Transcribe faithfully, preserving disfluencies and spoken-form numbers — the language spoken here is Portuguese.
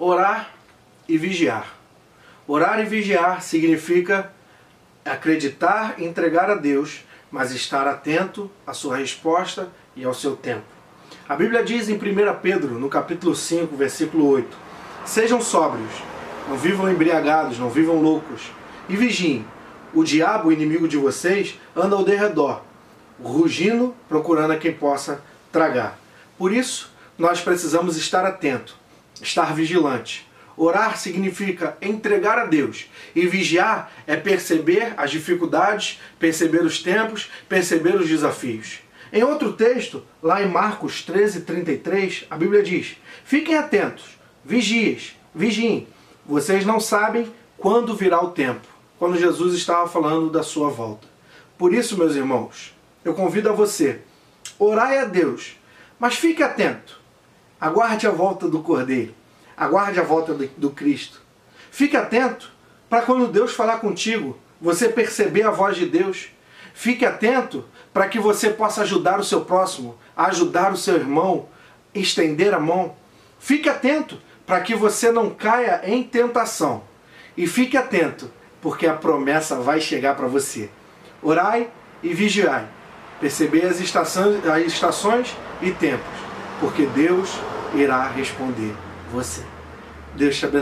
Orar e vigiar. Orar e vigiar significa acreditar e entregar a Deus, mas estar atento à sua resposta e ao seu tempo. A Bíblia diz em primeira Pedro, no capítulo cinco, versículo oito, sejam sóbrios, não vivam embriagados, não vivam loucos, e vigiem. O diabo, o inimigo de vocês, anda ao derredor, rugindo, procurando a quem possa tragar. Por isso, nós precisamos estar atento, estar vigilante. Orar significa entregar a Deus, e vigiar é perceber as dificuldades, perceber os tempos, perceber os desafios. Em outro texto, lá em Marcos treze, trinta e três, a Bíblia diz, fiquem atentos, vigies, vigiem, vocês não sabem quando virá o tempo, quando Jesus estava falando da sua volta. Por isso, meus irmãos, eu convido a você, orai a Deus, mas fique atento, aguarde a volta do Cordeiro, aguarde a volta do Cristo. Fique atento para quando Deus falar contigo, você perceber a voz de Deus. Fique atento para que você possa ajudar o seu próximo, ajudar o seu irmão, estender a mão. Fique atento para que você não caia em tentação. E fique atento, porque a promessa vai chegar para você. Orai e vigiai. Perceber as estações, as estações e tempos, porque Deus irá responder você. Deus te abençoe.